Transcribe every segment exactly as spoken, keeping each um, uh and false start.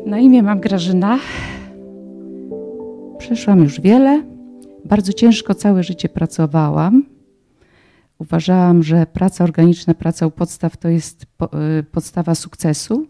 Na imię mam Grażyna. Przeszłam już wiele. Bardzo ciężko całe życie pracowałam. Uważałam, że praca organiczna, praca u podstaw to jest podstawa sukcesu.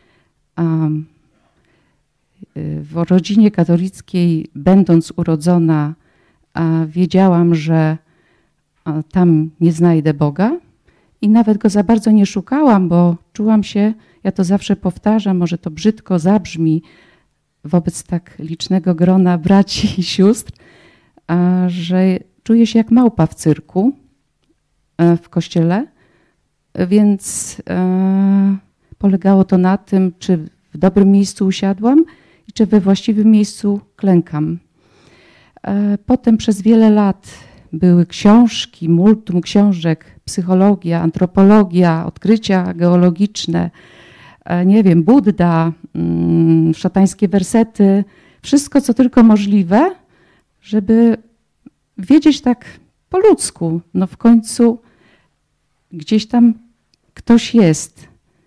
W rodzinie katolickiej, będąc urodzona, wiedziałam, że tam nie znajdę Boga i nawet Go za bardzo nie szukałam, bo czułam się, ja to zawsze powtarzam, może to brzydko zabrzmi wobec tak licznego grona braci i sióstr, że czuję się jak małpa w cyrku w kościele, więc polegało to na tym, czy w dobrym miejscu usiadłam i czy we właściwym miejscu klękam. Potem przez wiele lat były książki, multum książek, psychologia, antropologia, odkrycia geologiczne, nie wiem, Budda, szatańskie wersety, wszystko co tylko możliwe, żeby wiedzieć tak po ludzku, no w końcu gdzieś tam ktoś jest.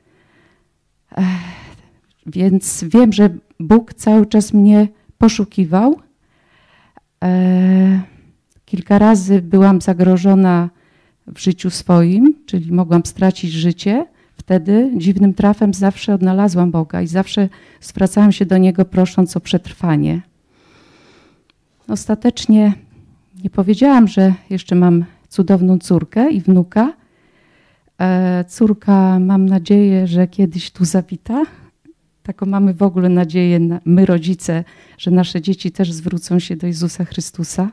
Więc wiem, że Bóg cały czas mnie poszukiwał. Kilka razy byłam zagrożona w życiu swoim, czyli mogłam stracić życie. Wtedy dziwnym trafem zawsze odnalazłam Boga i zawsze zwracałam się do Niego prosząc o przetrwanie. Ostatecznie nie powiedziałam, że jeszcze mam cudowną córkę i wnuka. Córka, mam nadzieję, że kiedyś tu zawita. Taką mamy w ogóle nadzieję, my rodzice, że nasze dzieci też zwrócą się do Jezusa Chrystusa.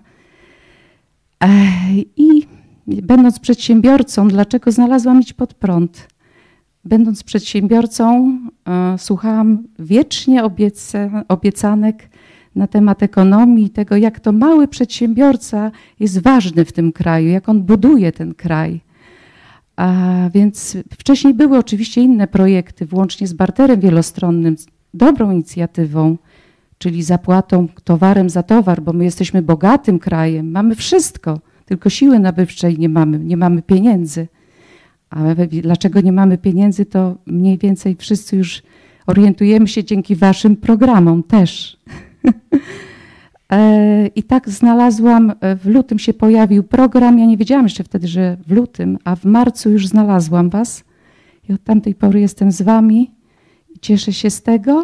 I będąc przedsiębiorcą, dlaczego znalazłam Idź Pod Prąd? Będąc przedsiębiorcą, słuchałam wiecznie obieca, obiecanek na temat ekonomii, tego jak to mały przedsiębiorca jest ważny w tym kraju, jak on buduje ten kraj. A więc wcześniej były oczywiście inne projekty, włącznie z barterem wielostronnym, dobrą inicjatywą, czyli zapłatą towarem za towar, bo my jesteśmy bogatym krajem, mamy wszystko, tylko siły nabywczej nie mamy, nie mamy pieniędzy. A dlaczego nie mamy pieniędzy, to mniej więcej wszyscy już orientujemy się dzięki waszym programom też. I tak znalazłam, w lutym się pojawił program, ja nie wiedziałam jeszcze wtedy, że w lutym, a w marcu już znalazłam was i od tamtej pory jestem z wami i cieszę się z tego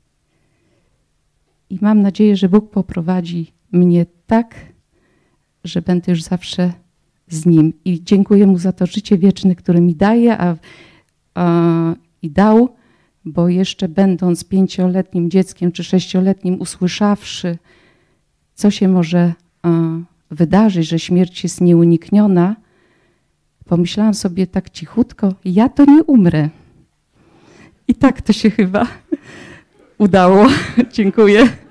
i mam nadzieję, że Bóg poprowadzi mnie tak, że będę już zawsze z Nim i dziękuję Mu za to życie wieczne, które mi daje a, a, i dał, bo jeszcze będąc pięcioletnim dzieckiem czy sześcioletnim, usłyszawszy, co się może a, wydarzyć, że śmierć jest nieunikniona, pomyślałam sobie tak cichutko, ja to nie umrę. I tak to się chyba udało. Dziękuję.